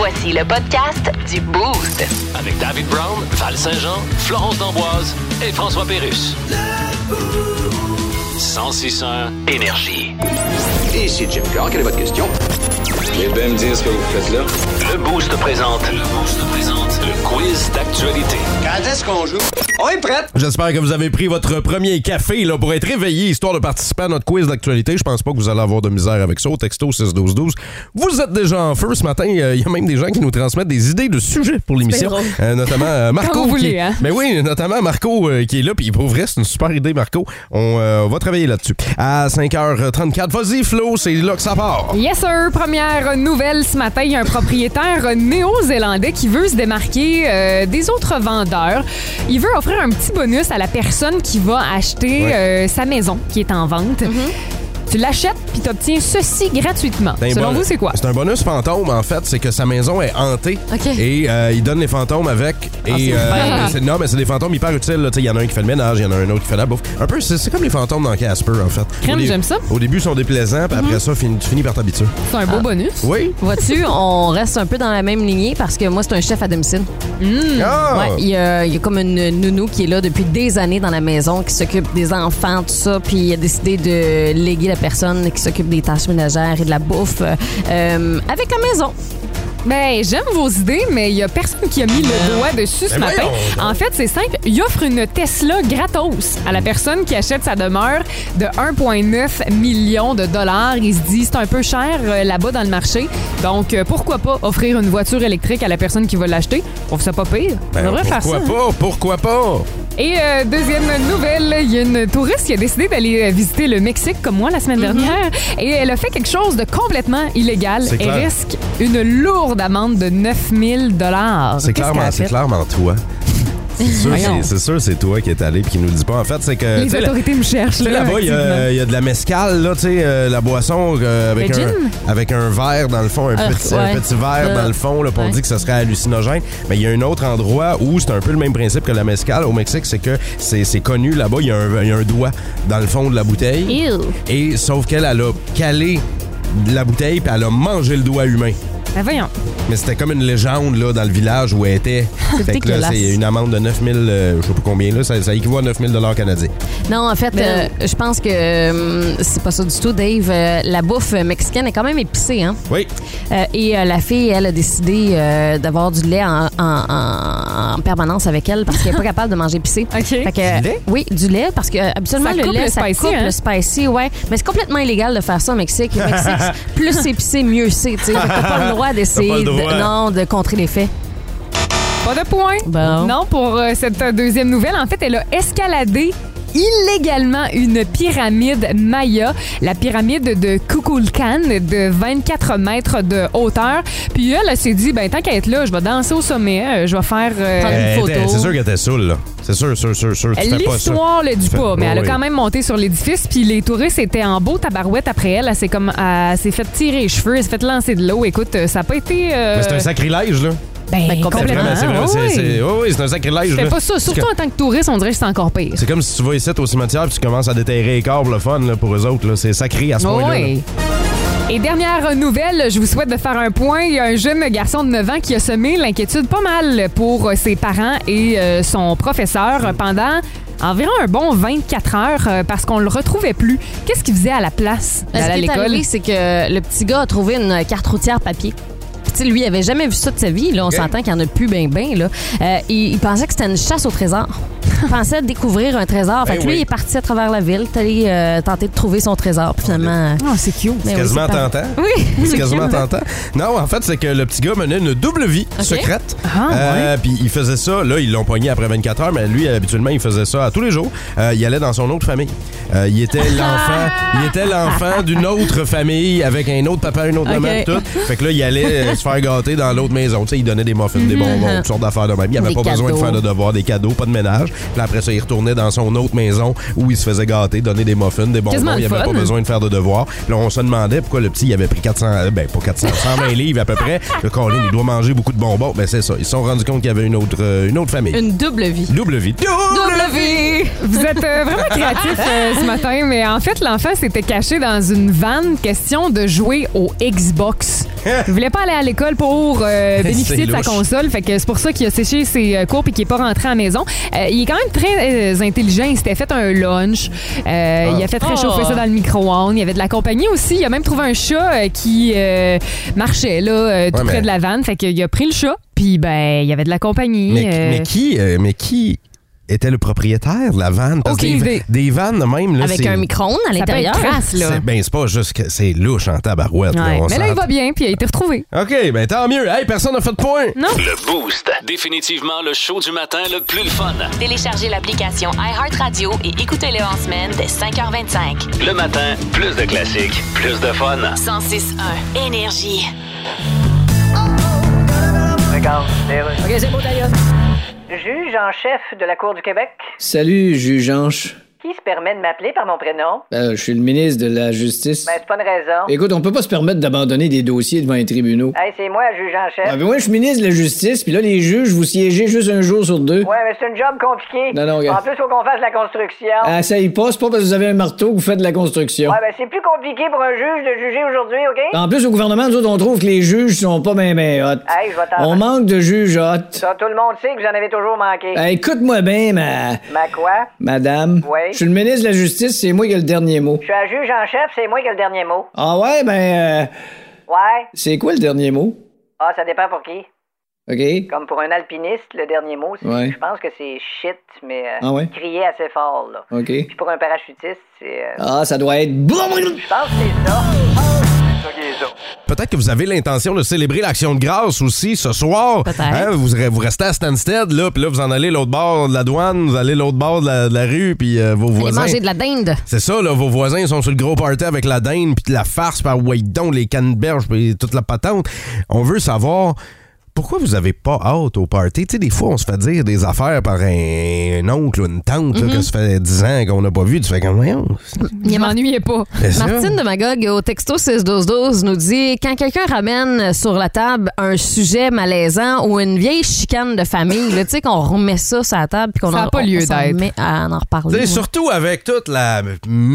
Voici le podcast du Boost. Avec David Brown, Val Saint-Jean, Florence D'Amboise et François Pérusse. 106.1 Énergie. Ici Jim Carr, quelle est votre question? Eh bien me dire ce que vous faites là. Le Boost présente le quiz d'actualité. Quand est-ce qu'on joue? On est prêt! J'espère que vous avez pris votre premier café là, pour être réveillé, histoire de participer à notre quiz d'actualité. Je pense pas que vous allez avoir de misère avec ça. Au texto 6-12-12. Vous êtes déjà en feu ce matin. Il y a même des gens qui nous transmettent des idées de sujets pour l'émission. Notamment Marco. Quand vous voulez, hein? Mais oui, notamment Marco qui est là. Puis pour vrai, c'est une super idée, Marco. On va travailler là-dessus. À 5h34, vas-y Flo, c'est là que ça part. Yes sir! Première nouvelle ce matin, il y a un propriétaire néo-zélandais qui veut se démarquer des autres vendeurs. Il veut offrir un petit bonus à la personne qui va acheter sa maison qui est en vente. Tu l'achètes puis tu obtiens ceci gratuitement. Selon vous, c'est quoi? C'est un bonus fantôme, en fait. C'est que sa maison est hantée. Okay. Et il donne les fantômes avec. Non, mais c'est des fantômes hyper utiles. Il y en a un qui fait le ménage, il y en a un autre qui fait la bouffe. Un peu, c'est comme les fantômes dans Casper, en fait. J'aime ça. Au début, ils sont déplaisants, puis après ça, tu finis par t'habituer. C'est un beau bonus. Oui. Vois-tu, on reste un peu dans la même lignée parce que moi, c'est un chef à domicile. Ouais, il y a comme une nounou qui est là depuis des années dans la maison, qui s'occupe des enfants, tout ça, puis il a décidé de léguer la personne qui s'occupe des tâches ménagères et de la bouffe avec la maison. Ben, j'aime vos idées, mais il y a personne qui a mis le doigt dessus ce matin. En fait, c'est simple. Il offre une Tesla gratos à la personne qui achète sa demeure de 1,9 million de dollars. Il se dit, c'est un peu cher là-bas dans le marché. Donc, pourquoi pas offrir une voiture électrique à la personne qui va l'acheter? On trouve ça pas pire. On devrait faire ça. Pourquoi pas? Et deuxième nouvelle, il y a une touriste qui a décidé d'aller visiter le Mexique comme moi la semaine dernière. Et elle a fait quelque chose de complètement illégal. Elle risque une lourde amende de 9 000 $. C'est clairement toi. C'est sûr, c'est toi qui es allé et qui nous le dis pas. En fait, c'est que... Les autorités me cherchent. Là-bas, il y a de la mescale, là, tu sais, la boisson avec un verre dans le fond, un petit verre dans le fond, là, on dit que ça serait hallucinogène. Mais il y a un autre endroit où c'est un peu le même principe que la mescale au Mexique, c'est que c'est connu là-bas, il y a un doigt dans le fond de la bouteille. Et sauf qu'elle a calé la bouteille puis elle a mangé le doigt humain. Ben voyons. Mais c'était comme une légende là, dans le village où elle était. Fait que là, c'est une amende de 9 000, je sais pas combien, là, ça équivaut à 9 000 $ canadiens. Non, en fait, je pense que c'est pas ça du tout, Dave. La bouffe mexicaine est quand même épicée, hein? Oui. Et la fille, elle a décidé d'avoir du lait en permanence avec elle parce qu'elle est pas capable de manger épicé. OK. Fait que, du lait? Oui, du lait, parce que habituellement, ça le coupe lait, le ça spicy, coupe hein? le spicy, ouais. Mais c'est complètement illégal de faire ça au Mexique. Au Mexique, plus épicé, mieux c'est, tu sais. T'as pas le droit d'essayer de contrer l'effet. Pas de point. Bon. Non, pour cette deuxième nouvelle, en fait, elle a escaladé illégalement une pyramide Maya, la pyramide de Kukulkan de 24 mètres de hauteur. Puis elle s'est dit, ben tant qu'à être là, je vais danser au sommet, je vais faire une photo. C'est sûr qu'elle était saoule, là. C'est sûr. L'histoire le dit pas, mais elle a quand même monté sur l'édifice. Puis les touristes étaient en beau tabarouette après elle. Elle s'est fait tirer les cheveux, elle s'est fait lancer de l'eau. Écoute, ça n'a pas été... Mais c'est un sacrilège, là. Ben, complètement. C'est vrai, c'est un sacrilège. C'était pas ça. Surtout en tant que touriste, on dirait que c'est encore pire. C'est comme si tu vas ici au cimetière et tu commences à déterrer les corps pour le fun, là, pour eux autres. Là. C'est sacré à ce point-là. Oui. Et dernière nouvelle, je vous souhaite de faire un point. Il y a un jeune garçon de 9 ans qui a semé l'inquiétude pas mal pour ses parents et son professeur pendant environ un bon 24 heures parce qu'on le retrouvait plus. Qu'est-ce qu'il faisait à la place à l'école? Ce qui est arrivé, c'est que le petit gars a trouvé une carte routière papier. Puis, lui, il avait jamais vu ça de sa vie. Là, on s'entend qu'il n'y en a plus ben. Il pensait que c'était une chasse au trésor. Il pensait découvrir un trésor. Fait que lui, il est parti à travers la ville. Il est allé tenter de trouver son trésor. Puis finalement... Oh, c'est cute. C'est quasiment tentant. Oui, c'est quasiment tentant. Non, en fait, c'est que le petit gars menait une double vie secrète. Puis il faisait ça. Là, ils l'ont pogné après 24 heures, mais lui, habituellement, il faisait ça à tous les jours. Il allait dans son autre famille. Il était l'enfant d'une autre famille avec un autre papa, une autre maman, tout. Fait que là, il allait se faire gâter dans l'autre maison. Tu sais, il donnait des muffins, des bonbons, toutes sortes d'affaires de même. Il avait pas besoin de faire de devoirs, des cadeaux, pas de ménage. Puis après ça, il retournait dans son autre maison où il se faisait gâter, donner des muffins, des bonbons. Il avait pas besoin de faire de devours. Puis là, on se demandait pourquoi le petit, il avait pris 120 livres à peu près. Le Colin, il doit manger beaucoup de bonbons. Ben, c'est ça. Ils se sont rendus compte qu'il y avait une autre famille. Une double vie. Double vie. Vous êtes vraiment créatifs ce matin, mais en fait, l'enfant s'était caché dans une vanne, question de jouer au Xbox. Il voulait pas aller à l'école pour bénéficier de sa console. Fait que c'est pour ça qu'il a séché ses cours et qu'il est pas rentré à la maison. Il est quand même très intelligent. Il s'était fait un lunch. Il a fait réchauffer ça dans le micro-ondes. Il y avait de la compagnie aussi. Il a même trouvé un chat qui marchait là, tout près de la vanne. Fait qu'il a pris le chat. Puis ben, il y avait de la compagnie. Mais qui était le propriétaire de la vanne? Parce que des vannes de même... Là, avec un micro-ondes à l'intérieur. Ça peut être crasse, là. C'est pas juste que c'est louche en tabarouette. Ouais. Mais là, il va bien, puis il a été retrouvé. OK, ben tant mieux. Hey, personne n'a fait de point. Non. Le Boost. Définitivement le show du matin le plus le fun. Téléchargez l'application iHeartRadio et écoutez-le en semaine dès 5h25. Le matin, plus de classiques, plus de fun. 106.1 Énergie. OK, c'est beau d'ailleurs. Juge en chef de la Cour du Québec. Salut, juge Anche. Qui se permet de m'appeler par mon prénom? Je suis le ministre de la Justice. Ben, c'est pas une raison. Écoute, on peut pas se permettre d'abandonner des dossiers devant les tribunaux. Hey, c'est moi, juge en chef. Ben moi, je suis ministre de la Justice, puis là, les juges, vous siégez juste un jour sur 2. Ouais, mais c'est un job compliqué. Non, regarde. En plus, faut qu'on fasse la construction. Ça y passe, pas parce que vous avez un marteau que vous faites de la construction. Ouais, ben c'est plus compliqué pour un juge de juger aujourd'hui, OK? En plus, au gouvernement, nous autres, on trouve que les juges sont pas ben hot. Hey, je vais t'en... On manque de juges hot. Ça, tout le monde sait que vous en avez toujours manqué. Écoute-moi bien, Ma quoi? Madame. Oui. Je suis le ministre de la Justice, c'est moi qui ai le dernier mot. Je suis un juge en chef, c'est moi qui ai le dernier mot. Ah ouais, Ouais. c'est quoi le dernier mot? Ah, ça dépend pour qui. OK. Comme pour un alpiniste, le dernier mot, c'est, ouais. je pense que c'est shit, mais ouais? crier assez fort, là. OK. Puis pour un parachutiste, c'est... ça doit être... Je pense que c'est ça. Peut-être que vous avez l'intention de célébrer l'Action de grâce aussi ce soir. Peut-être. Hein, vous restez à Stansted, là, puis là, vous en allez l'autre bord de la douane, vous allez l'autre bord de la rue, puis vos voisins... Allez manger de la dinde. C'est ça, là, vos voisins sont sur le gros party avec la dinde, puis de la farce, par donc les canneberges, puis toute la patente. On veut savoir... Pourquoi vous avez pas hâte au party? Tu sais, des fois, on se fait dire des affaires par un oncle ou une tante là, que ça fait 10 ans qu'on n'a pas vu. Tu fais comme, voyons. Il m'ennuyait pas. Martine de Magog, au texto 61212, nous dit « Quand quelqu'un ramène sur la table un sujet malaisant ou une vieille chicane de famille, tu sais, qu'on remet ça sur la table puis qu'on ça n'a pas lieu d'être. Met à en reparler. Ouais. Surtout avec toute la...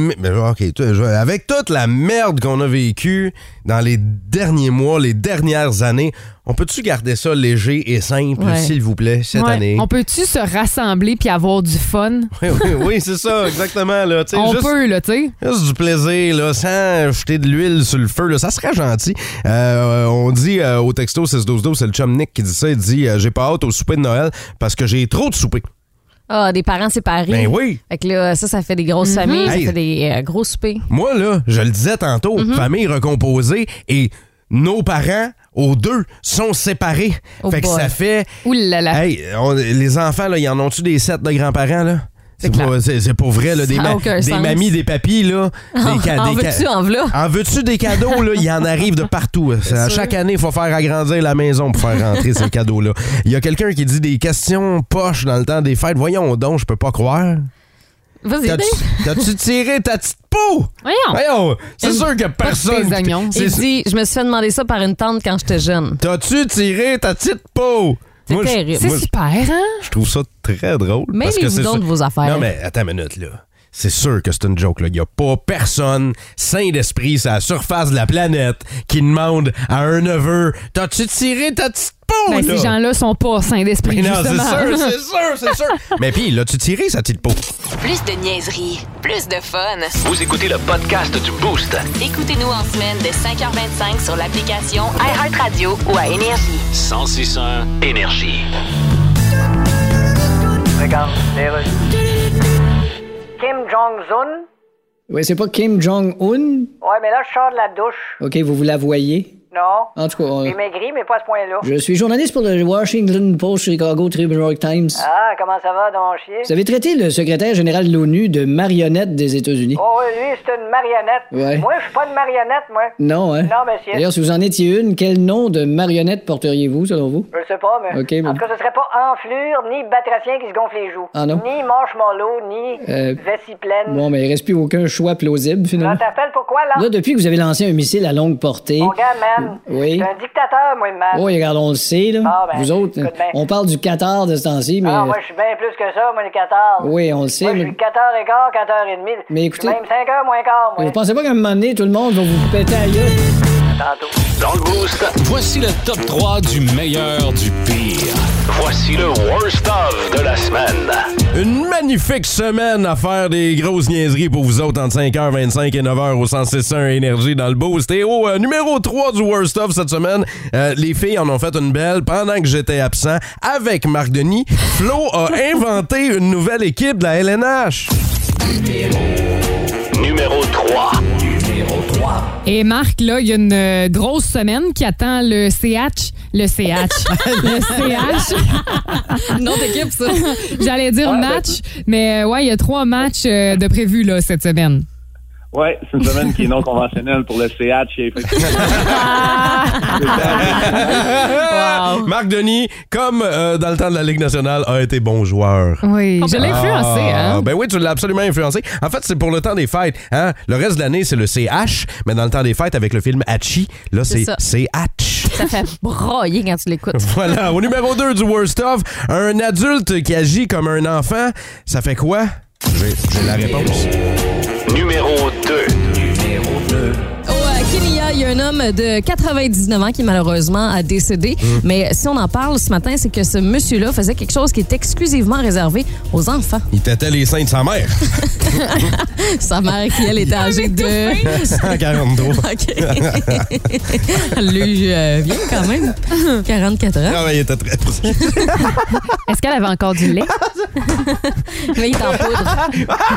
avec toute la merde qu'on a vécue dans les derniers mois, les dernières années, on peut-tu garder ça léger et simple, s'il vous plaît, cette année? On peut-tu se rassembler puis avoir du fun? Oui, c'est ça, exactement. Là. On peut, là, tu sais. Juste du plaisir, là, sans jeter de l'huile sur le feu, là, ça serait gentil. On dit au texto 61212, c'est le chum Nick qui dit ça, il dit « J'ai pas hâte au souper de Noël parce que j'ai trop de souper. » Ah, des parents séparés. Ben oui. Fait que là, ça fait des grosses familles, ça fait des gros soupers. Moi, là, je le disais tantôt, famille recomposée et nos parents, aux deux, sont séparés. Fait que ça fait... Ouh là là. Hey, les enfants, là, ils en ont-tu des 7 de grands-parents, là? C'est pas vrai, là, des mamies, des papis, là. En veux-tu, en v'là? En veux-tu des cadeaux, là? Il y en arrive de partout. Chaque année, il faut faire agrandir la maison pour faire rentrer ces cadeaux-là. Il y a quelqu'un qui dit des questions poches dans le temps des fêtes. Voyons donc, je peux pas croire. Vas-y, T'as-tu tiré ta petite peau? Voyons. C'est sûr que personne... Il dit, je me suis fait demander ça par une tante quand j'étais jeune. T'as-tu tiré ta petite peau? C'est terrible. C'est super, hein? Je trouve ça très drôle. Mêlez-vous donc de vos affaires. Non, mais attends une minute, là. C'est sûr que c'est une joke, là. Il n'y a pas personne sain d'esprit sur la surface de la planète qui demande à un neveu « T'as-tu tiré ta petite peau, là? » Ces gens-là sont pas sains d'esprit, non, justement. c'est sûr. Mais puis, l'as-tu tiré sa petite peau? Plus de niaiserie, plus de fun. Vous écoutez le podcast du Boost. Écoutez-nous en semaine dès 5h25 sur l'application iHeartRadio ou à Énergie. 106.1 Énergie. Kim Jong-un? Oui, c'est pas Kim Jong-un? Ouais, mais là, je sors de la douche. OK, vous la voyez? Non. En tout cas... J'ai maigri, mais pas à ce point-là. Je suis journaliste pour le Washington Post, Chicago Tribune Times. Ah, comment ça va, donc, chier? Vous avez traité le secrétaire général de l'ONU de marionnette des États-Unis. Oh, oui, lui, c'est une marionnette. Ouais. Moi, je suis pas une marionnette, moi. Non, hein? Non, monsieur. D'ailleurs, si vous en étiez une, quel nom de marionnette porteriez-vous, selon vous? Je le sais pas, mais... OK, en tout cas, ce serait pas Enflure, ni Batracien qui se gonfle les joues. Ah non? Ni Marshmallow, ni Vessie pleine. Bon, mais il reste plus aucun choix plausible, finalement. Ça t'appelle pourquoi, là? Là, depuis que vous avez lancé un missile à longue portée... Mon gars, man. Oui? C'est un dictateur, moi, man. Oh, regarde, on le sait, là. Ah, ben, vous autres, on parle du Qatar de ce temps-ci, mais... Ah, moi, je suis bien plus que ça, moi, le Qatar. Oui, on le sait, moi, mais... je suis 4h15, 4h30. Mais écoutez... Même 5h moins quart, moi. Vous pensez pas qu'à un moment donné, tout le monde va vous péter à gueule? Dans le Boost, voici le top 3 du meilleur du pire. Voici le worst of de la semaine. Une magnifique semaine à faire des grosses niaiseries pour vous autres entre 5h25 et 9h au 106.1 Énergie dans le Boost. Et au numéro 3 du worst of cette semaine, les filles en ont fait une belle pendant que j'étais absent avec Marc Denis. Flo a inventé une nouvelle équipe de la LNH. Numéro 3. Et Marc, là, il y a une grosse semaine qui attend le CH. Le CH. Le CH. Une autre équipe, ça. J'allais dire match, mais ouais, il y a 3 matchs de prévus là, cette semaine. Oui, c'est une semaine qui est non conventionnelle pour le CH. Wow. Marc Denis, comme dans le temps de la Ligue nationale, a été bon joueur. Oui, je l'ai influencé. Hein? Ben oui, tu l'as absolument influencé. En fait, c'est pour le temps des fêtes. Hein? Le reste de l'année, c'est le CH, mais dans le temps des fêtes, avec le film Hachi, là, c'est CH. Ça fait broyer quand tu l'écoutes. Voilà. Au numéro 2 du Worst of, un adulte qui agit comme un enfant, ça fait quoi? J'ai la réponse. Numéro 2. Au Kenya, il y a un homme de 99 ans qui malheureusement a décédé. Mais si on en parle ce matin, c'est que ce monsieur-là faisait quelque chose qui est exclusivement réservé aux enfants. Il tâtait les seins de sa mère. Sa mère qui, elle, était âgée de... 143. OK. Lui, vient quand même. 44 ans. Ah ouais, il était très petit. Est-ce qu'elle avait encore du lait? Mais il est en poudre.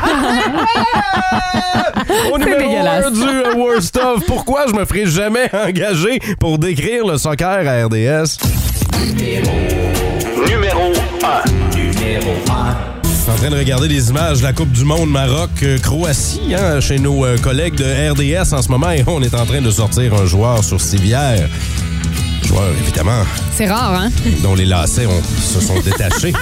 Au numéro 1 du Worst of, pourquoi je me ferai jamais engager pour décrire le soccer à RDS? Numéro 1. Je suis en train de regarder des images de la Coupe du Monde Maroc-Croatie chez nos collègues de RDS en ce moment et on est en train de sortir un joueur sur civière. Joueur, évidemment. C'est rare, hein? Dont les lacets se sont détachés.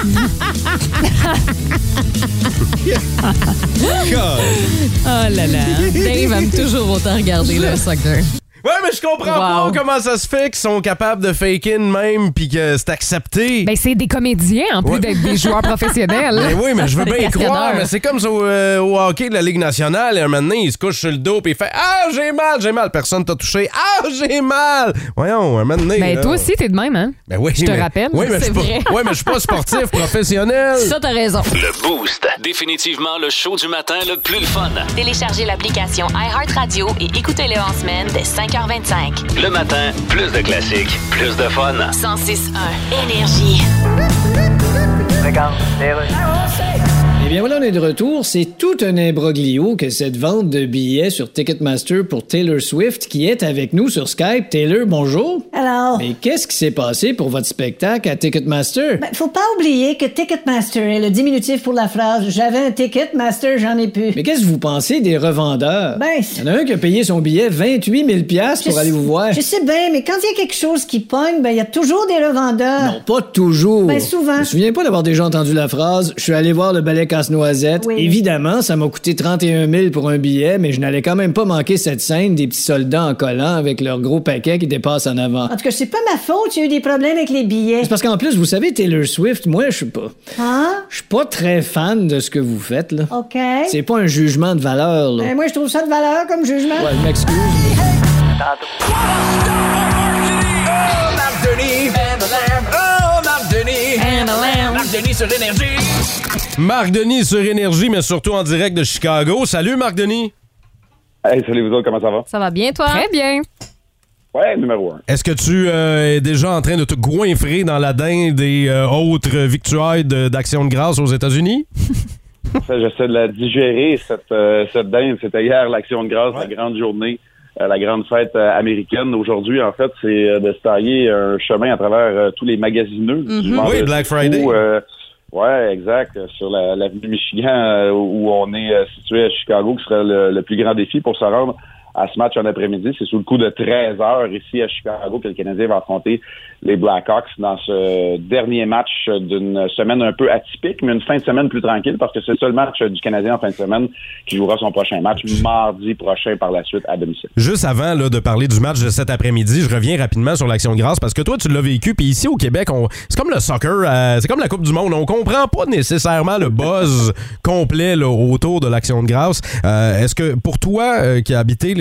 Oh là là. Dave aime toujours autant regarder le soccer. Ouais, mais je comprends pas comment ça se fait qu'ils sont capables de fake in même puis que c'est accepté. Ben, c'est des comédiens en plus d'être des joueurs professionnels. Mais oui, mais je veux bien Des croire. Mais c'est comme ça au hockey de la Ligue nationale. Et un moment donné, il se couche sur le dos puis il fait « Ah, j'ai mal. Personne t'a touché. Ah, j'ai mal. » Voyons, un moment donné. Ben, toi aussi, t'es de même, hein? Ben oui, je te rappelle. Oui, mais c'est vrai. Ouais, mais je suis pas sportif professionnel. Ça, t'as raison. Le Boost. Définitivement le show du matin le plus le fun. Téléchargez l'application iHeartRadio et écoutez-le en semaine dès 5h25. Le matin, plus de classiques, plus de fun. 106.1 Énergie. Regarde, Eh bien voilà, on est de retour. C'est tout un imbroglio que cette vente de billets sur Ticketmaster pour Taylor Swift qui est avec nous sur Skype. Taylor, bonjour. Alors? Mais qu'est-ce qui s'est passé pour votre spectacle à Ticketmaster? Ben, faut pas oublier que Ticketmaster est le diminutif pour la phrase « J'avais un Ticketmaster, j'en ai plus ». Mais qu'est-ce que vous pensez des revendeurs? Ben, il y en a un qui a payé son billet 28 000 $ pour aller vous voir. Je sais bien, mais quand il y a quelque chose qui pogne, ben il y a toujours des revendeurs. Non, pas toujours. Ben, souvent. Je me souviens pas d'avoir déjà entendu la phrase « Je suis allé voir le ballet Casse-Noisette ». Oui. Évidemment, ça m'a coûté 31 000 pour un billet, mais je n'allais quand même pas manquer cette scène des petits soldats en collant avec leur gros paquet qui dépasse en avant. En tout cas, c'est pas ma faute, il y a eu des problèmes avec les billets. C'est parce qu'en plus, vous savez, Taylor Swift, moi, je suis pas... Hein? Je suis pas très fan de ce que vous faites, là. OK. C'est pas un jugement de valeur, là. Ben, moi, je trouve ça de valeur comme jugement. Ouais, je m'excuse. Marc Denis sur Énergie, mais surtout en direct de Chicago. Salut, Marc Denis. Hey, salut vous autres, comment ça va? Ça va bien, toi? Très bien. Ouais, numéro 1. Est-ce que tu es déjà en train de te goinfrer dans la dinde des autres victuailles d'Action de grâce aux États-Unis? J'essaie de la digérer, cette dinde. C'était hier l'Action de grâce, la grande journée, la grande fête américaine. Aujourd'hui, en fait, c'est de se tailler un chemin à travers tous les magasineux. Oui, Black Friday. Ouais, exact. Sur l'avenue Michigan, où on est situé à Chicago, qui serait le plus grand défi pour se rendre à ce match en après-midi. C'est sous le coup de 13 heures ici à Chicago que le Canadien va affronter les Blackhawks dans ce dernier match d'une semaine un peu atypique, mais une fin de semaine plus tranquille parce que c'est le seul match du Canadien en fin de semaine qui jouera son prochain match mardi prochain par la suite à domicile. Juste avant là, de parler du match de cet après-midi, je reviens rapidement sur l'Action de grâce parce que toi, tu l'as vécu, puis ici au Québec, c'est comme le soccer, c'est comme la Coupe du Monde. On comprend pas nécessairement le buzz complet là, autour de l'Action de grâce. Est-ce que pour toi qui as habité les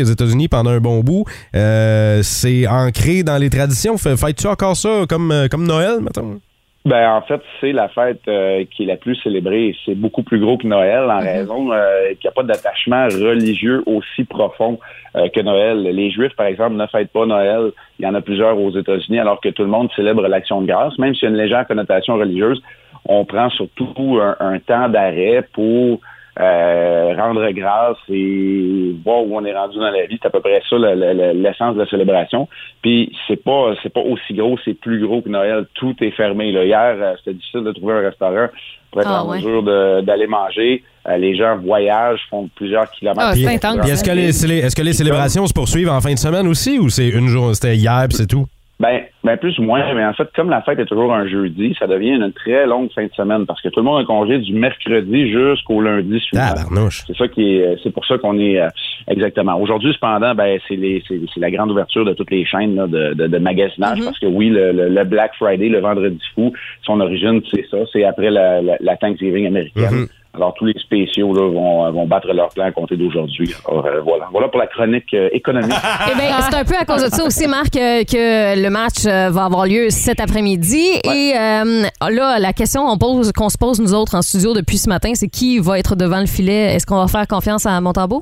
les États-Unis pendant un bon bout. C'est ancré dans les traditions. Fais-tu encore ça comme Noël, mettons? Ben, en fait, c'est la fête qui est la plus célébrée. C'est beaucoup plus gros que Noël en raison qu'il n'y a pas d'attachement religieux aussi profond que Noël. Les Juifs, par exemple, ne fêtent pas Noël. Il y en a plusieurs aux États-Unis, alors que tout le monde célèbre l'Action de grâce. Même s'il y a une légère connotation religieuse, on prend surtout un temps d'arrêt pour rendre grâce et voir où on est rendu dans la vie. C'est à peu près ça l'essence de la célébration. Puis c'est pas aussi gros, c'est plus gros que Noël. Tout est fermé. Là. Hier, c'était difficile de trouver un restaurant pour être en mesure d'aller manger. Les gens voyagent, font plusieurs kilomètres. Puis est-ce que les célébrations se poursuivent en fin de semaine aussi ou c'est une journée, c'était hier puis c'est tout? Ben plus ou moins, mais en fait, comme la fête est toujours un jeudi, ça devient une très longue fin de semaine parce que tout le monde a congé du mercredi jusqu'au lundi suivant. C'est ça c'est pour ça qu'on est exactement. Aujourd'hui, cependant, c'est la grande ouverture de toutes les chaînes là, de magasinage parce que oui, le Black Friday, le vendredi fou, son origine, c'est ça, c'est après la Thanksgiving américaine. Alors, tous les spéciaux là, vont battre leur plan à compter d'aujourd'hui. Alors, voilà pour la chronique économique. Eh bien, c'est un peu à cause de ça aussi, Marc, que le match va avoir lieu cet après-midi. Ouais. Et là, la question qu'on se pose, nous autres, en studio depuis ce matin, c'est qui va être devant le filet? Est-ce qu'on va faire confiance à Montembeault?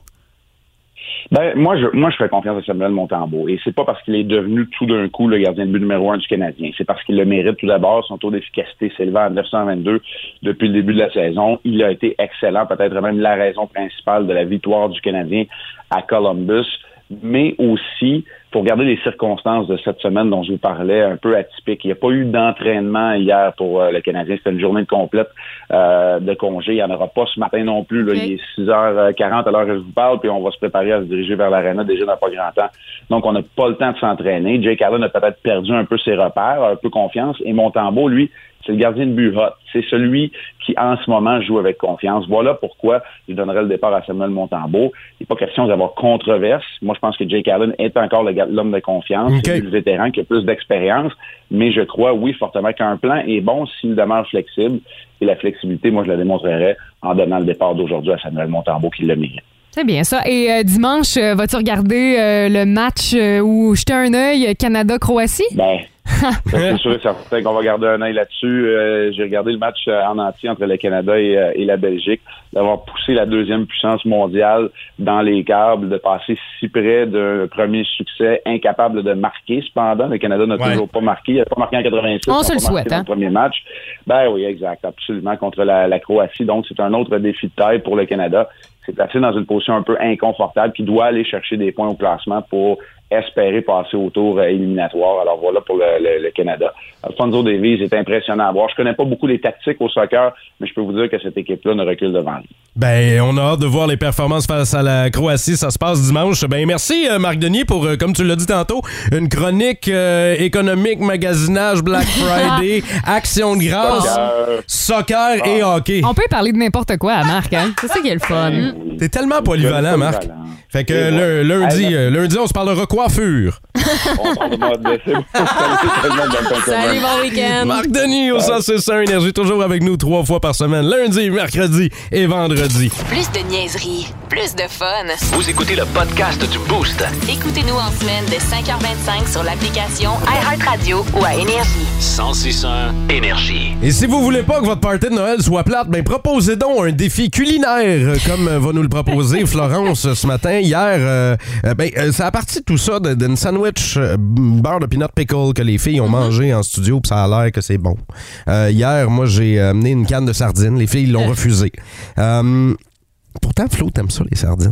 Moi, je fais confiance à Samuel Montembeault. Et c'est pas parce qu'il est devenu tout d'un coup le gardien de but numéro 1 du Canadien. C'est parce qu'il le mérite tout d'abord. Son taux d'efficacité s'élevait à 922 depuis le début de la saison. Il a été excellent, peut-être même la raison principale de la victoire du Canadien à Columbus. Mais aussi, pour regarder les circonstances de cette semaine dont je vous parlais, un peu atypique. Il n'y a pas eu d'entraînement hier pour le Canadien. C'était une journée complète de congé. Il n'y en aura pas ce matin non plus. Là. Okay. Il est 6h40 à l'heure que je vous parle, puis on va se préparer à se diriger vers l'aréna déjà dans pas grand temps. Donc, on n'a pas le temps de s'entraîner. Jake Allen a peut-être perdu un peu ses repères, un peu confiance. Et Montembeault, lui, c'est le gardien de but hot. C'est celui qui, en ce moment, joue avec confiance. Voilà pourquoi je donnerais le départ à Samuel Montembeault. Il n'est pas question d'avoir controverse. Moi, je pense que Jake Allen est encore l'homme de confiance. Okay. C'est le vétéran qui a plus d'expérience. Mais je crois, oui, fortement qu'un plan est bon s'il demeure flexible. Et la flexibilité, moi, je la démontrerai en donnant le départ d'aujourd'hui à Samuel Montembeault qui le mérite. C'est bien ça. Et dimanche, vas-tu regarder le match ou jeter un œil Canada-Croatie? C'est sûr et certain qu'on va garder un œil là-dessus. J'ai regardé le match en entier entre le Canada et la Belgique, d'avoir poussé la deuxième puissance mondiale dans les câbles, de passer si près d'un premier succès, incapable de marquer. Cependant, le Canada n'a toujours pas marqué. Il n'a pas marqué en 86. On se le souhaite, dans le premier match. Oui, exact, absolument, contre la Croatie. Donc, c'est un autre défi de taille pour le Canada. C'est placé dans une position un peu inconfortable qui doit aller chercher des points au classement pour espérer passer au tour éliminatoire. Alors voilà pour le Canada. Alfonso Davies est impressionnant à voir. Je connais pas beaucoup les tactiques au soccer, mais je peux vous dire que cette équipe-là ne recule devant lui. On a hâte de voir les performances face à la Croatie. Ça se passe dimanche. Merci Marc Denis pour, comme tu l'as dit tantôt, une chronique économique, magasinage, Black Friday, action de grâce, soccer et hockey. On peut parler de n'importe quoi à Marc, hein? C'est ça qui est le fun. T'es tellement polyvalent, Marc. Fait que lundi, on se parlera coiffure. On parle de mode. Salut, bon week-end. Marc Denis au 106.1 Énergie, toujours avec nous 3 fois par semaine, lundi, mercredi et vendredi. Plus de niaiserie, plus de fun. Vous écoutez le podcast du Boost. Écoutez-nous en semaine de 5h25 sur l'application iHeartRadio ou à Énergie. 106.1 Énergie. Et si vous voulez pas que votre party de Noël soit plate, proposez donc un défi culinaire, comme va nous le proposer Florence ce matin. Hier, ça a parti de tout ça d'une sandwich beurre de peanut pickle que les filles ont mangé en studio, puis ça a l'air que c'est bon. Hier, moi, j'ai amené une canne de sardines. Les filles l'ont refusé. Pourtant, Flo, t'aimes ça, les sardines?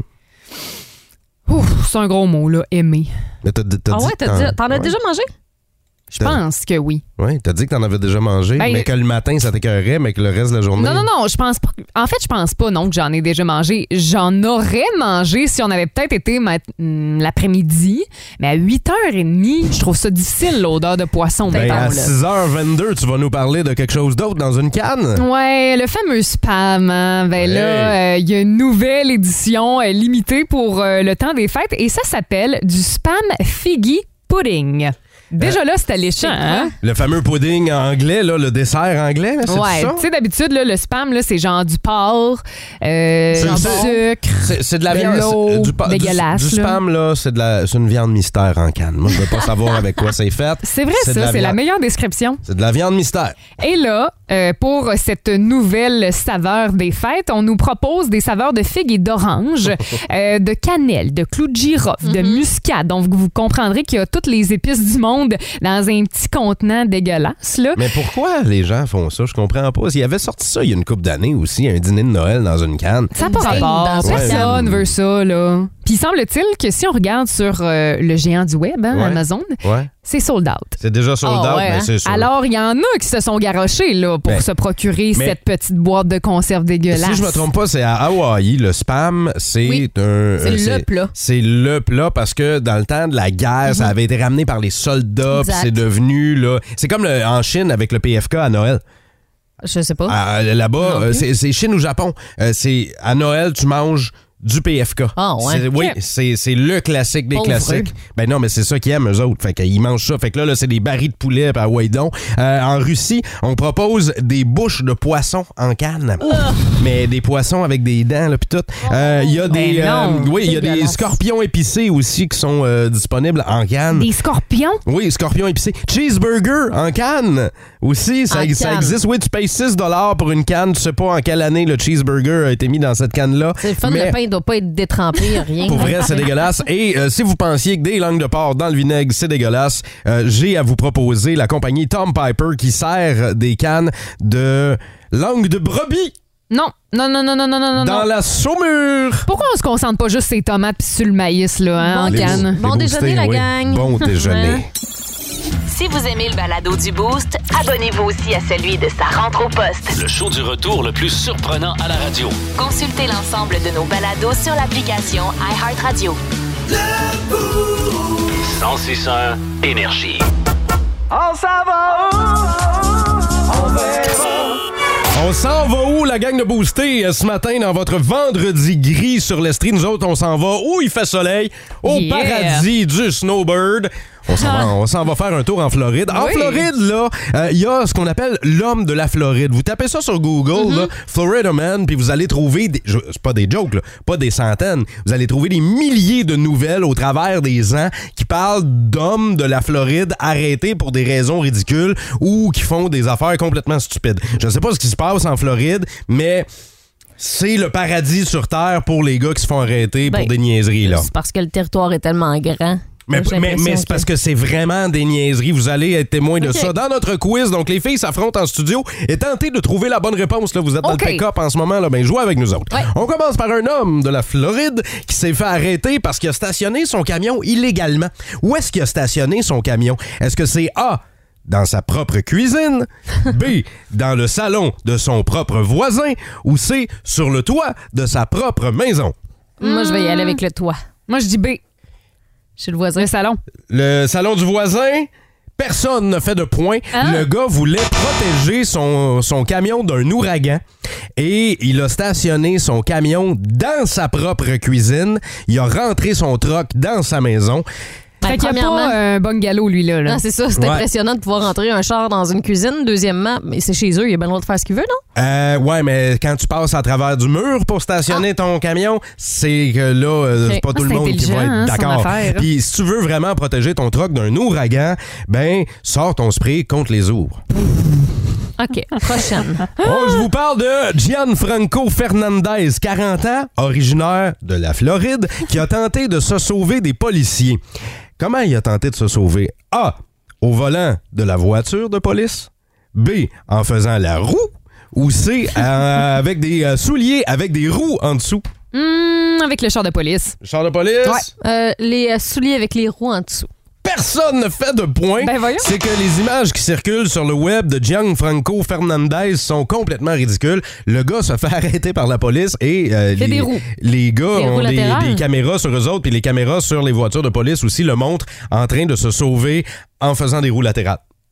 Ouf, c'est un gros mot, là, aimer. T'en as déjà mangé? Je pense que oui. Oui, t'as dit que t'en avais déjà mangé, mais que le matin, ça t'écœurait, mais que le reste de la journée... Non, je pense pas. En fait, je pense pas, non, que j'en ai déjà mangé. J'en aurais mangé si on avait peut-être été l'après-midi, mais à 8h30, je trouve ça difficile, l'odeur de poisson. À 6h22, tu vas nous parler de quelque chose d'autre dans une canne? Ouais, le fameux spam. Hein? Là, il y a une nouvelle édition limitée pour le temps des fêtes, et ça s'appelle du spam figgy pudding. Déjà là, c'est alléchant, hein? Le fameux pudding anglais, là, le dessert anglais, là, c'est ça? Tu sais, d'habitude, là, le spam, là, c'est genre du porc, du sucre, c'est de la viande, l'eau, dégueulasse. Du spam, là, c'est une viande mystère en canne. Moi, je veux pas savoir avec quoi c'est fait. C'est vrai, ça, c'est la meilleure description. C'est de la viande mystère. Et là, pour cette nouvelle saveur des fêtes, on nous propose des saveurs de figues et d'orange, de cannelle, de clous de girofle, de muscade. Donc, vous comprendrez qu'il y a toutes les épices du monde dans un petit contenant dégueulasse, là. Mais pourquoi les gens font ça? Je comprends pas. S'il avait sorti ça il y a une couple d'années aussi, un dîner de Noël dans une canne. Ça n'a pas rapport. Personne veut ça, là. Puis semble-t-il que si on regarde sur le géant du web, Amazon, c'est sold out. C'est déjà sold out, mais c'est sûr. Alors, il y en a qui se sont garochés là, pour se procurer cette petite boîte de conserve dégueulasse. Si je me trompe pas, c'est à Hawaï. Le spam, c'est le plat. C'est le plat parce que dans le temps de la guerre, ça avait été ramené par les soldats, puis c'est devenu... là. C'est comme en Chine avec le PFK à Noël. Je sais pas. Là-bas, c'est Chine ou Japon. C'est à Noël, tu manges du PFK. Ah, ouais. Oui, c'est le classique des classiques. Ben non, mais c'est ça qu'ils aiment, eux autres. Fait qu'ils mangent ça. Fait que là c'est des barils de poulet à Hawaïdon. En Russie, on propose des bouches de poissons en canne. Mais des poissons avec des dents, là, pis tout. Il y a des... il y a des scorpions épicés aussi qui sont disponibles en canne. Des scorpions? Oui, scorpions épicés. Cheeseburger en canne aussi. Ça existe. Oui, tu payes 6$ pour une canne. Tu sais pas en quelle année le cheeseburger a été mis dans cette canne-là. C'est le fun, le pain doit pas être détrempé, rien. Pour vrai, c'est dégueulasse. Et si vous pensiez que des langues de porc dans le vinaigre, c'est dégueulasse, j'ai à vous proposer la compagnie Tom Piper qui sert des cannes de langue de brebis. Non. Dans la saumure. Pourquoi on se concentre pas juste sur les tomates pis sur le maïs, là, en canne? Bon déjeuner, la gang. Bon déjeuner. Si vous aimez le balado du Boost, abonnez-vous aussi à celui de Sa rentre au poste. Le show du retour le plus surprenant à la radio. Consultez l'ensemble de nos balados sur l'application iHeartRadio. 106.1 Énergie. On s'en va on verra. On s'en va où, la gang de Boosté, ce matin, dans votre vendredi gris sur l'Estrie? Nous autres, on s'en va où il fait soleil? Au paradis du snowbird. On s'en va faire un tour en Floride. En Floride, là, il y a ce qu'on appelle l'homme de la Floride. Vous tapez ça sur Google, là, Florida Man, puis vous allez trouver, c'est pas des jokes, là, pas des centaines, vous allez trouver des milliers de nouvelles au travers des ans qui parlent d'hommes de la Floride arrêtés pour des raisons ridicules ou qui font des affaires complètement stupides. Je sais pas ce qui se passe en Floride, mais... c'est le paradis sur Terre pour les gars qui se font arrêter pour des niaiseries, là. C'est parce que le territoire est tellement grand. Mais c'est parce que c'est vraiment des niaiseries. Vous allez être témoin de ça dans notre quiz. Donc, les filles s'affrontent en studio et tentez de trouver la bonne réponse. Là, vous êtes dans le pick-up en ce moment. Là, ben, jouez avec nous autres. Ouais. On commence par un homme de la Floride qui s'est fait arrêter parce qu'il a stationné son camion illégalement. Où est-ce qu'il a stationné son camion? Est-ce que c'est A, dans sa propre cuisine, B, dans le salon de son propre voisin, ou C, sur le toit de sa propre maison? Moi, je vais y aller avec le toit. Moi, je dis B. Chez le voisin. Le salon. Le salon du voisin, personne n'a fait de point. Le gars voulait protéger son camion d'un ouragan et il a stationné son camion dans sa propre cuisine. Il a rentré son truck dans sa maison. Fait qu'il n'y a pas un bungalow, lui, là. Non, c'est ça. C'est impressionnant de pouvoir rentrer un char dans une cuisine. Deuxièmement, mais c'est chez eux. Il a bien le droit de faire ce qu'il veut, non? Ouais, mais quand tu passes à travers du mur pour stationner ton camion, c'est que là, c'est pas tout le monde qui va être d'accord. Puis si tu veux vraiment protéger ton truck d'un ouragan, ben, sors ton spray contre les ours. OK, prochaine. Je vous parle de Gianfranco Fernandez, 40 ans, originaire de la Floride, qui a tenté de se sauver des policiers. Comment il a tenté de se sauver? A, au volant de la voiture de police. B, en faisant la roue. Ou C, avec des souliers avec des roues en dessous. Avec le char de police. Le char de police? Ouais. Les souliers avec les roues en dessous. Personne ne fait de point. Ben voyons. C'est que les images qui circulent sur le web de Gianfranco Fernandez sont complètement ridicules. Le gars se fait arrêter par la police et les gars ont des caméras sur eux autres, puis les caméras sur les voitures de police aussi le montrent en train de se sauver en faisant des roues latérales.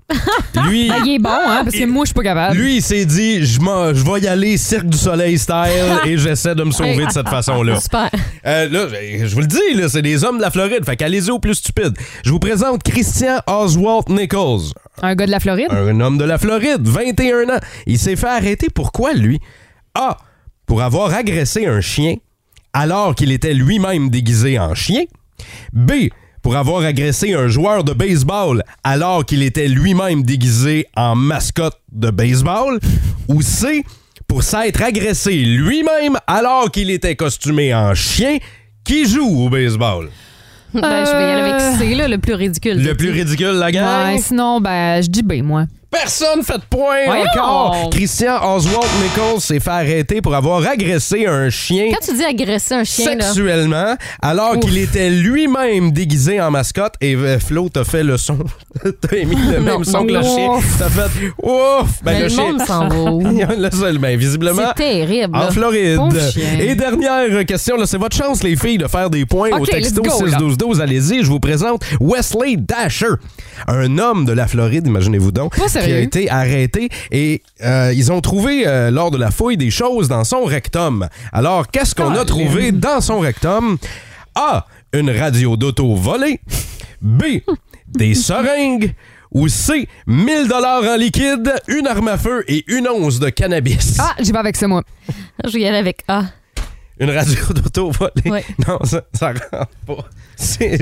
Lui, il est bon, hein, parce que moi, je suis pas capable. Lui, il s'est dit, je vais y aller Cirque du Soleil style et j'essaie de me sauver de cette façon-là. Super. Là, je vous le dis, là, c'est des hommes de la Floride, fait qu'allez-y au plus stupide. Je vous présente Christian Oswald Nichols. Un gars de la Floride? Un homme de la Floride, 21 ans. Il s'est fait arrêter. Pourquoi, lui? A. Pour avoir agressé un chien alors qu'il était lui-même déguisé en chien. B. Pour avoir agressé un joueur de baseball alors qu'il était lui-même déguisé en mascotte de baseball. Ou C. Pour s'être agressé lui-même alors qu'il était costumé en chien qui joue au baseball. Je vais y aller avec C, là, le plus ridicule. Le plus ridicule, la gang? Ouais, sinon, je dis B, moi. Personne fait de point Voyons. encore. Christian Oswald Nichols s'est fait arrêter pour avoir agressé un chien. Quand tu dis agresser un chien, sexuellement, alors qu'il était lui-même déguisé en mascotte. Et Flo, t'as fait le son. T'as émis le même son que le chien. T'as fait ouf. Mais le monde s'en va où? Le seul, visiblement. C'est terrible. En Floride. chien. Et dernière question, là, c'est votre chance, les filles, de faire des points au texto 61212. Allez-y, je vous présente Wesley Dasher, un homme de la Floride, imaginez-vous donc. Qui a été arrêté et ils ont trouvé lors de la fouille des choses dans son rectum. Alors, qu'est-ce qu'on a trouvé dans son rectum? A. Une radio d'auto volée. B. Des seringues. Ou C. 1000 $ en liquide, une arme à feu et une once de cannabis. Ah, j'y vais avec ça, moi. Je vais y aller avec A. Une radio d'auto volée? Ouais. Non, ça rentre pas. C'est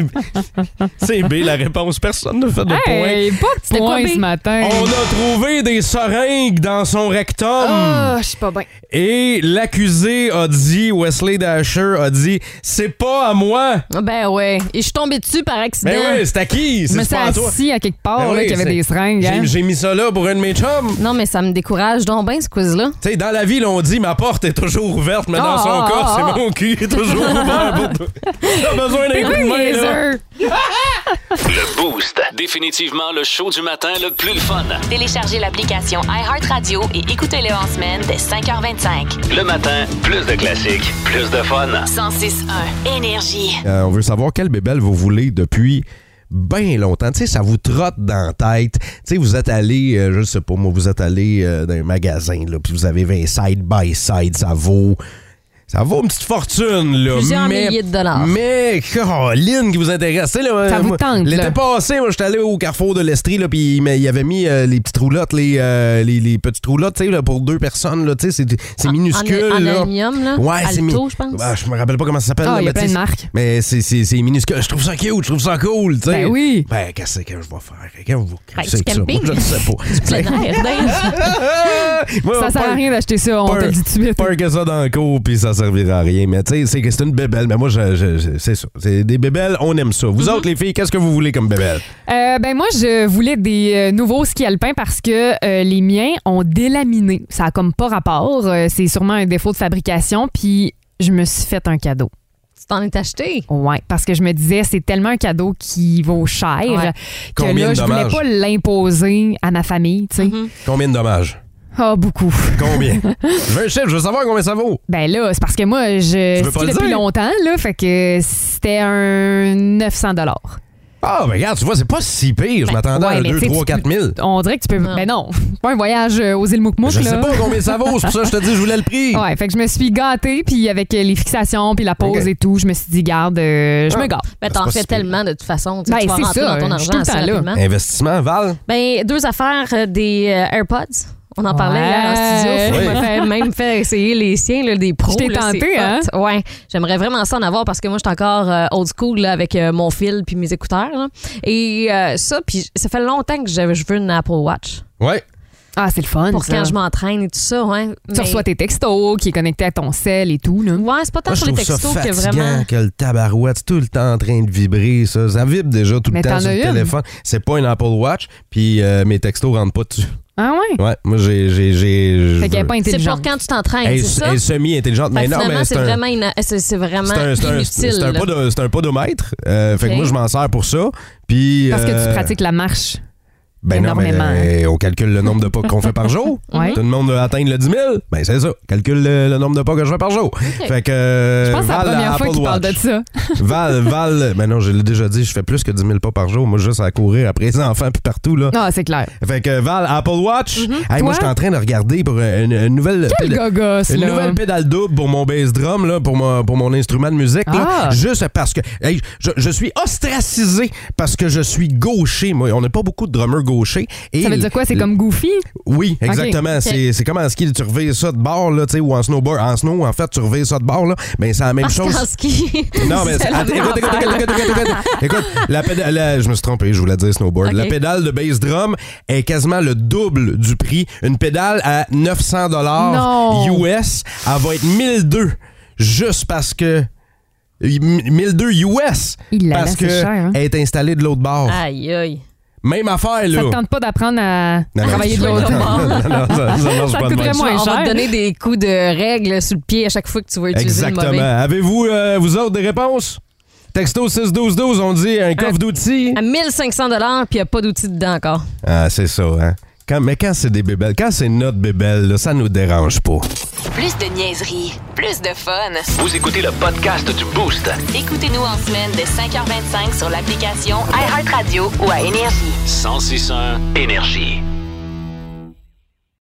B, la réponse. Personne ne fait de Hey, point. pas de point ce matin. On a trouvé des seringues dans son rectum. Ah, je suis pas bien. Et l'accusé a dit, Wesley Dasher a dit, c'est pas à moi. Ben ouais. Et je suis tombée dessus par accident. Ben oui, c'est à qui? Je me suis pas à toi. assis à quelque part Ben oui, qu'il y avait des seringues. Hein? J'ai mis ça là pour un de mes chums. Non, mais ça me décourage donc bien, ce quiz-là. Tu sais, dans la vie, on dit, ma porte est toujours ouverte, mais dans son cas, c'est mon cul qui est toujours ouvert pour toi. T'as besoin d'un coup de main, là. Le Boost. Définitivement le show du matin le plus le fun. Téléchargez l'application iHeartRadio et écoutez-le en semaine dès 5h25. Le matin, plus de classiques, plus de fun. 106.1 Énergie. On veut savoir quelle bébelle vous voulez depuis bien longtemps. Tu sais, ça vous trotte dans la tête. Tu sais, vous êtes allé, je sais pas moi, vous êtes allé dans un magasin, là, puis vous avez 20 side-by-side, ça vaut une petite fortune, là. Plusieurs milliers de dollars. Mais, Caroline, qui vous intéresse. Là, ça vous tente, l'été là. passé, moi, j'étais allé au Carrefour de l'Estrie, là, puis il avait mis les petites roulottes, les petites roulottes, tu sais, là, pour 2 personnes, là, tu sais, c'est minuscule, en là. aluminium, là. Ouais, Alto, je pense. Je me rappelle pas comment ça s'appelle. Il y a mais plein de marques. Mais c'est minuscule. Je trouve ça cute, je trouve ça cool, tu sais. Ben oui. Ben, qu'est-ce que je vais faire? Qu'est-ce que vous Du camping? Je ne sais pas. Ça sert à rien d'acheter ça, on te le dit tout de suite. Parker ça dans le cours, puis ça servira à rien. Mais tu sais, c'est une bébelle. Mais moi, c'est ça. C'est des bébelles, on aime ça. Vous autres, les filles, qu'est-ce que vous voulez comme bébelle? Ben moi, je voulais des nouveaux skis alpins parce que les miens ont délaminé. Ça a comme pas rapport. C'est sûrement un défaut de fabrication. Puis je me suis fait un cadeau. Tu t'en es acheté? Oui, parce que je me disais, c'est tellement un cadeau qui vaut cher que Combien là, de je voulais dommages? pas l'imposer à ma famille, tu sais. Combien de dommages? Ah, beaucoup. Combien? Je veux un chiffre, je veux savoir combien ça vaut. Ben là, c'est parce que moi, je veux pas skie le depuis dire? longtemps, là, fait que c'était un 900 $. Ah, ben regarde, tu vois, c'est pas si pire. Je m'attendais à 2, 3, 4 000. On dirait que tu peux... Ben non, pas un voyage aux îles Moukmouk, Je là. sais pas combien ça vaut, c'est pour ça que je te dis, je voulais le prix. Ouais, fait que je me suis gâtée, puis avec les fixations, puis la pause et tout, je me suis dit, garde, je me gâte. Ben, t'en pas fais si pire. tellement de toute façon. Tu Ben, sais, tu vas c'est rentrer ça, dans ton je suis argent tout le assez temps là. rapidement. Investissement, Val? Ben, 2 affaires, des AirPods. On en parlait Ouais. hier en studio. Oui. On m'a même fait essayer les siens, là, des pros. Je t'ai là, tenté, c'est hein? hot. Ouais. J'aimerais vraiment ça en avoir parce que moi, je suis encore old school là, avec mon fil puis mes écouteurs. Là. Et ça, puis ça fait longtemps que je veux une Apple Watch. Ouais. Ah, c'est le fun, Pour ça. quand je m'entraîne et tout ça, ouais. Tu reçois tes textos qui est connecté à ton cell et tout, là. Ouais, c'est pas tant Moi, je sur les trouve ça textos que fatigant vraiment. que le tabarouette, c'est tout le temps en train de vibrer, ça. Ça vibre déjà tout Mais le temps t'en sur as le une? téléphone. C'est pas une Apple Watch, puis mes textos rentrent pas dessus. Ah ouais? Ouais, moi, j'ai... Fait qu'elle est pas C'est intelligente. pour quand tu t'entraînes, Elle c'est ça? est semi-intelligente, mais Fait que non, finalement, mais c'est vraiment, c'est vraiment inutile. c'est un podomètre. Fait que moi, je m'en sers pour ça. Puis, Parce que tu pratiques la marche. Ben énormément. non, mais on calcule le nombre de pas qu'on fait par jour. Ouais. Tout le monde veut atteindre le 10 000. Ben c'est ça. Calcule le nombre de pas que je fais par jour. Okay. Fait que je pense que c'est la Val, première fois Apple qu'il parle de Watch. ça. Val, ben non, je l'ai déjà dit, je fais plus que 10 000 pas par jour. Moi, juste à courir après les enfants puis partout, là. Ah, c'est clair. Fait que Val, Apple Watch. Hey, Toi? moi, je suis en train de regarder pour une nouvelle... Quel gogosse, une là. nouvelle pédale double pour mon bass drum, là, pour mon instrument de musique. Là, Ah. juste parce que hey, je suis ostracisé parce que je suis gaucher. Moi, on n'a pas beaucoup de drummers gauchers. Et Ça veut dire quoi? C'est comme Goofy? Oui, exactement. Okay. C'est comme en ski, tu revires ça de bord, là, tu sais, ou en snowboard. En snow, en fait, tu revires ça de bord, là. Ben, c'est la même chose. En ski. Non, mais écoute, la pédale, je me suis trompé, je voulais dire snowboard. Okay. La pédale de bass drum est quasiment le double du prix. Une pédale à $900 US, elle va être 1,200 juste parce que 1,200 US parce que cher, hein? elle est installée de l'autre bord. Aïe, aïe. Même affaire, là. Ça te tente pas d'apprendre à travailler de l'autre bord? Ça coûterait moins On cher. va te donner des coups de règle sur le pied à chaque fois que tu vas utiliser le mauvais. Exactement. Avez-vous, vous autres, des réponses? Texto 61212, on dit un coffre d'outils. À 1500 $, puis il n'y a pas d'outils dedans encore. Ah, c'est ça, hein? Mais quand c'est des bébelles, quand c'est notre bébelle, là, ça nous dérange pas. Plus de niaiserie, plus de fun. Vous écoutez le podcast du Boost. Écoutez-nous en semaine de 5h25 sur l'application iHeartRadio ou à Énergie. 106.1 Énergie.